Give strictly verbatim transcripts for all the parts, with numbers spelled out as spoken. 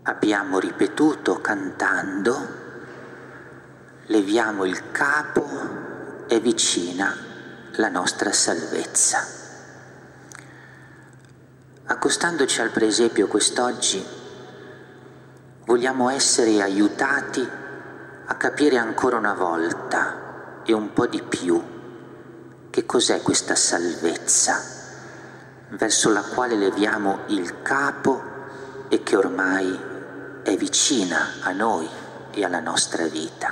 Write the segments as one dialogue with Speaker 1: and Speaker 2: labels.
Speaker 1: abbiamo ripetuto cantando, leviamo il capo, è vicina la nostra salvezza. Accostandoci al presepio quest'oggi, vogliamo essere aiutati a capire ancora una volta e un po' di più che cos'è questa salvezza verso la quale leviamo il capo e che ormai è vicina a noi e alla nostra vita.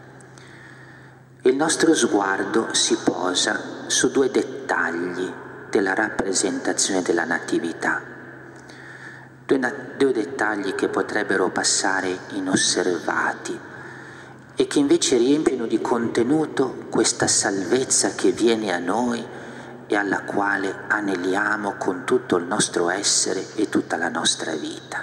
Speaker 1: Il nostro sguardo si posa su due dettagli della rappresentazione della Natività, due, na- due dettagli che potrebbero passare inosservati e che invece riempiono di contenuto questa salvezza che viene a noi e alla quale aneliamo con tutto il nostro essere e tutta la nostra vita.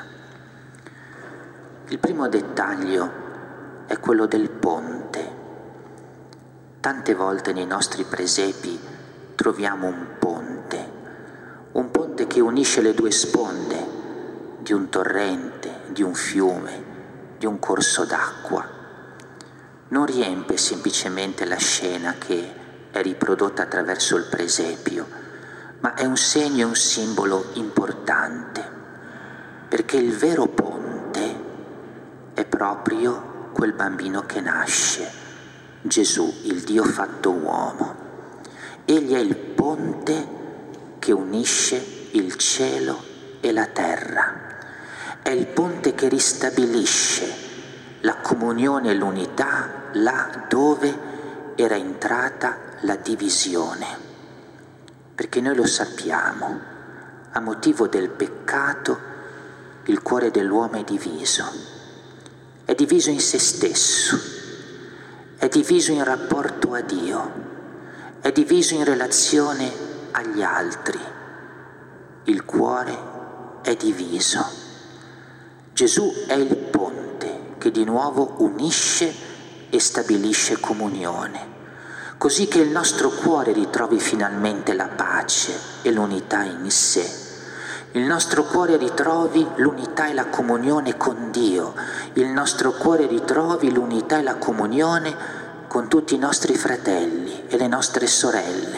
Speaker 1: Il primo dettaglio è quello del ponte. Tante volte nei nostri presepi troviamo un ponte, un ponte che unisce le due sponde di un torrente, di un fiume, di un corso d'acqua. Non riempie semplicemente la scena che è riprodotta attraverso il presepio, ma è un segno e un simbolo importante, perché il vero ponte è proprio quel bambino che nasce, Gesù, il Dio fatto uomo. Egli è il ponte che unisce il cielo e la terra, è il ponte che ristabilisce la comunione e l'unità là dove era entrata la divisione, perché noi lo sappiamo, a motivo del peccato il cuore dell'uomo è diviso, è diviso in se stesso, è diviso in rapporto a Dio, è diviso in relazione agli altri, il cuore è diviso. Gesù è il ponte che di nuovo unisce e stabilisce comunione, così che il nostro cuore ritrovi finalmente la pace e l'unità in sé. Il nostro cuore ritrovi l'unità e la comunione con Dio, il nostro cuore ritrovi l'unità e la comunione con tutti i nostri fratelli e le nostre sorelle.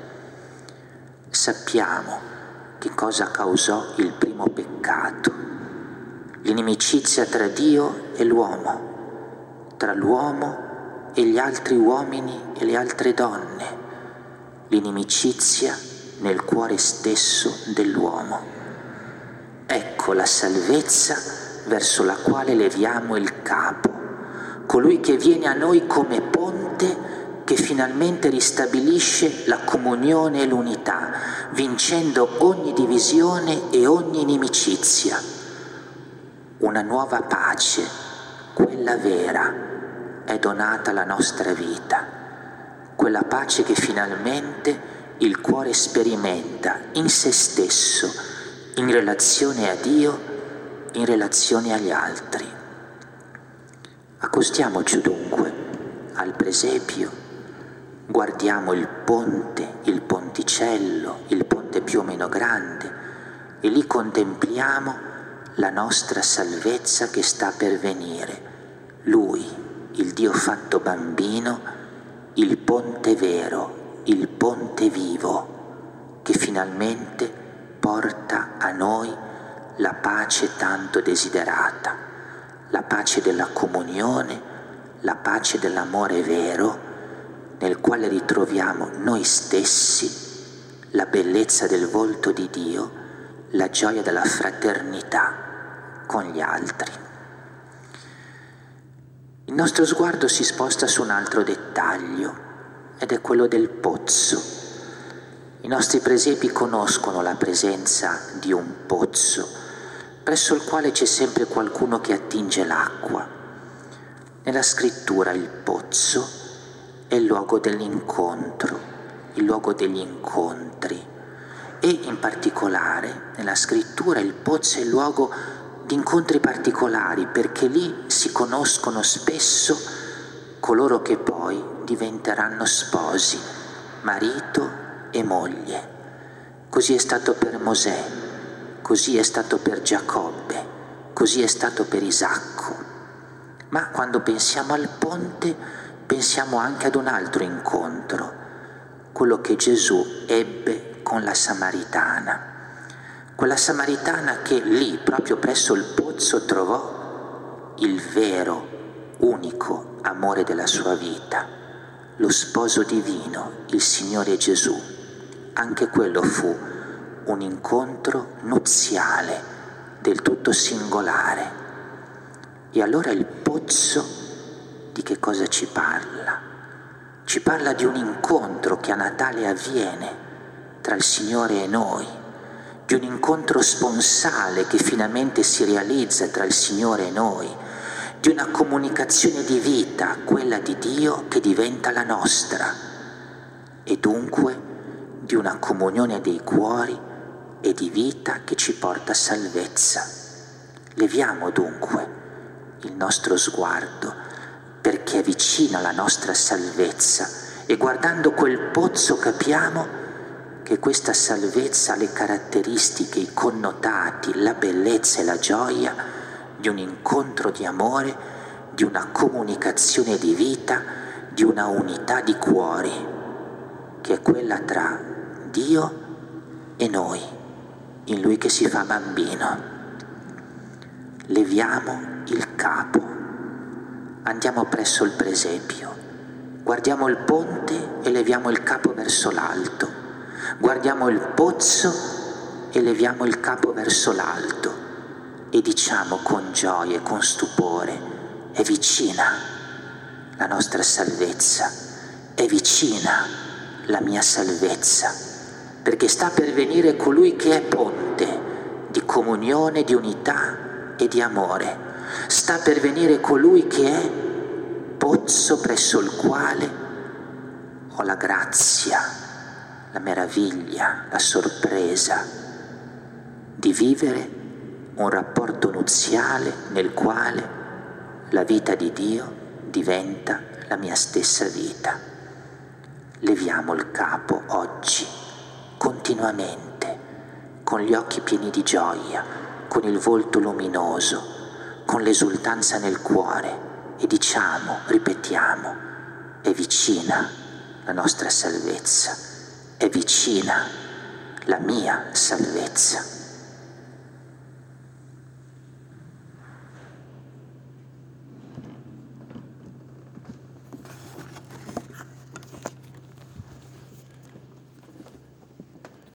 Speaker 1: Sappiamo che cosa causò il primo peccato, l'inimicizia tra Dio e l'uomo, tra l'uomo e gli altri uomini e le altre donne, l'inimicizia nel cuore stesso dell'uomo. Ecco la salvezza verso la quale leviamo il capo, colui che viene a noi come ponte che finalmente ristabilisce la comunione e l'unità, vincendo ogni divisione e ogni inimicizia. Una nuova pace, quella vera, è donata alla nostra vita, quella pace che finalmente il cuore sperimenta in se stesso, in relazione a Dio, in relazione agli altri. Accostiamoci dunque al presepio, guardiamo il ponte, il ponticello, il ponte più o meno grande, e lì contempliamo la nostra salvezza che sta per venire. Lui, il Dio fatto bambino, il ponte vero, il ponte vivo, che finalmente porta a noi la pace tanto desiderata, la pace della comunione, la pace dell'amore vero, nel quale ritroviamo noi stessi, la bellezza del volto di Dio, la gioia della fraternità con gli altri. Il nostro sguardo si sposta su un altro dettaglio, ed è quello del pozzo. I nostri presepi conoscono la presenza di un pozzo, presso il quale c'è sempre qualcuno che attinge l'acqua. Nella scrittura il pozzo è il luogo dell'incontro, il luogo degli incontri, e in particolare nella scrittura il pozzo è il luogo di incontri particolari, perché lì si conoscono spesso coloro che poi diventeranno sposi, marito e moglie. Così è stato per Mosè, così è stato per Giacobbe, così è stato per Isacco. Ma quando pensiamo al ponte, pensiamo anche ad un altro incontro, quello che Gesù ebbe con la Samaritana. Quella Samaritana che lì, proprio presso il pozzo, trovò il vero, unico amore della sua vita, lo sposo divino, il Signore Gesù. Anche quello fu un incontro nuziale, del tutto singolare. E allora il pozzo di che cosa ci parla? Ci parla di un incontro che a Natale avviene tra il Signore e noi, di un incontro sponsale che finalmente si realizza tra il Signore e noi, di una comunicazione di vita, quella di Dio, che diventa la nostra, e dunque di una comunione dei cuori e di vita che ci porta a salvezza. Leviamo dunque il nostro sguardo perché è vicina la nostra salvezza e guardando quel pozzo capiamo che questa salvezza ha le caratteristiche, i connotati, la bellezza e la gioia di un incontro di amore, di una comunicazione di vita, di una unità di cuori, che è quella tra Dio e noi, in Lui che si fa bambino. Leviamo il capo, andiamo presso il presepio, guardiamo il ponte e leviamo il capo verso l'alto, guardiamo il pozzo e leviamo il capo verso l'alto e diciamo con gioia e con stupore: è vicina la nostra salvezza, è vicina la mia salvezza, perché sta per venire colui che è ponte di comunione, di unità e di amore. Sta per venire colui che è pozzo presso il quale ho la grazia, la meraviglia, la sorpresa di vivere un rapporto nuziale nel quale la vita di Dio diventa la mia stessa vita. Leviamo il capo oggi, continuamente, con gli occhi pieni di gioia, con il volto luminoso, con l'esultanza nel cuore e diciamo, ripetiamo: è vicina la nostra salvezza, è vicina la mia salvezza.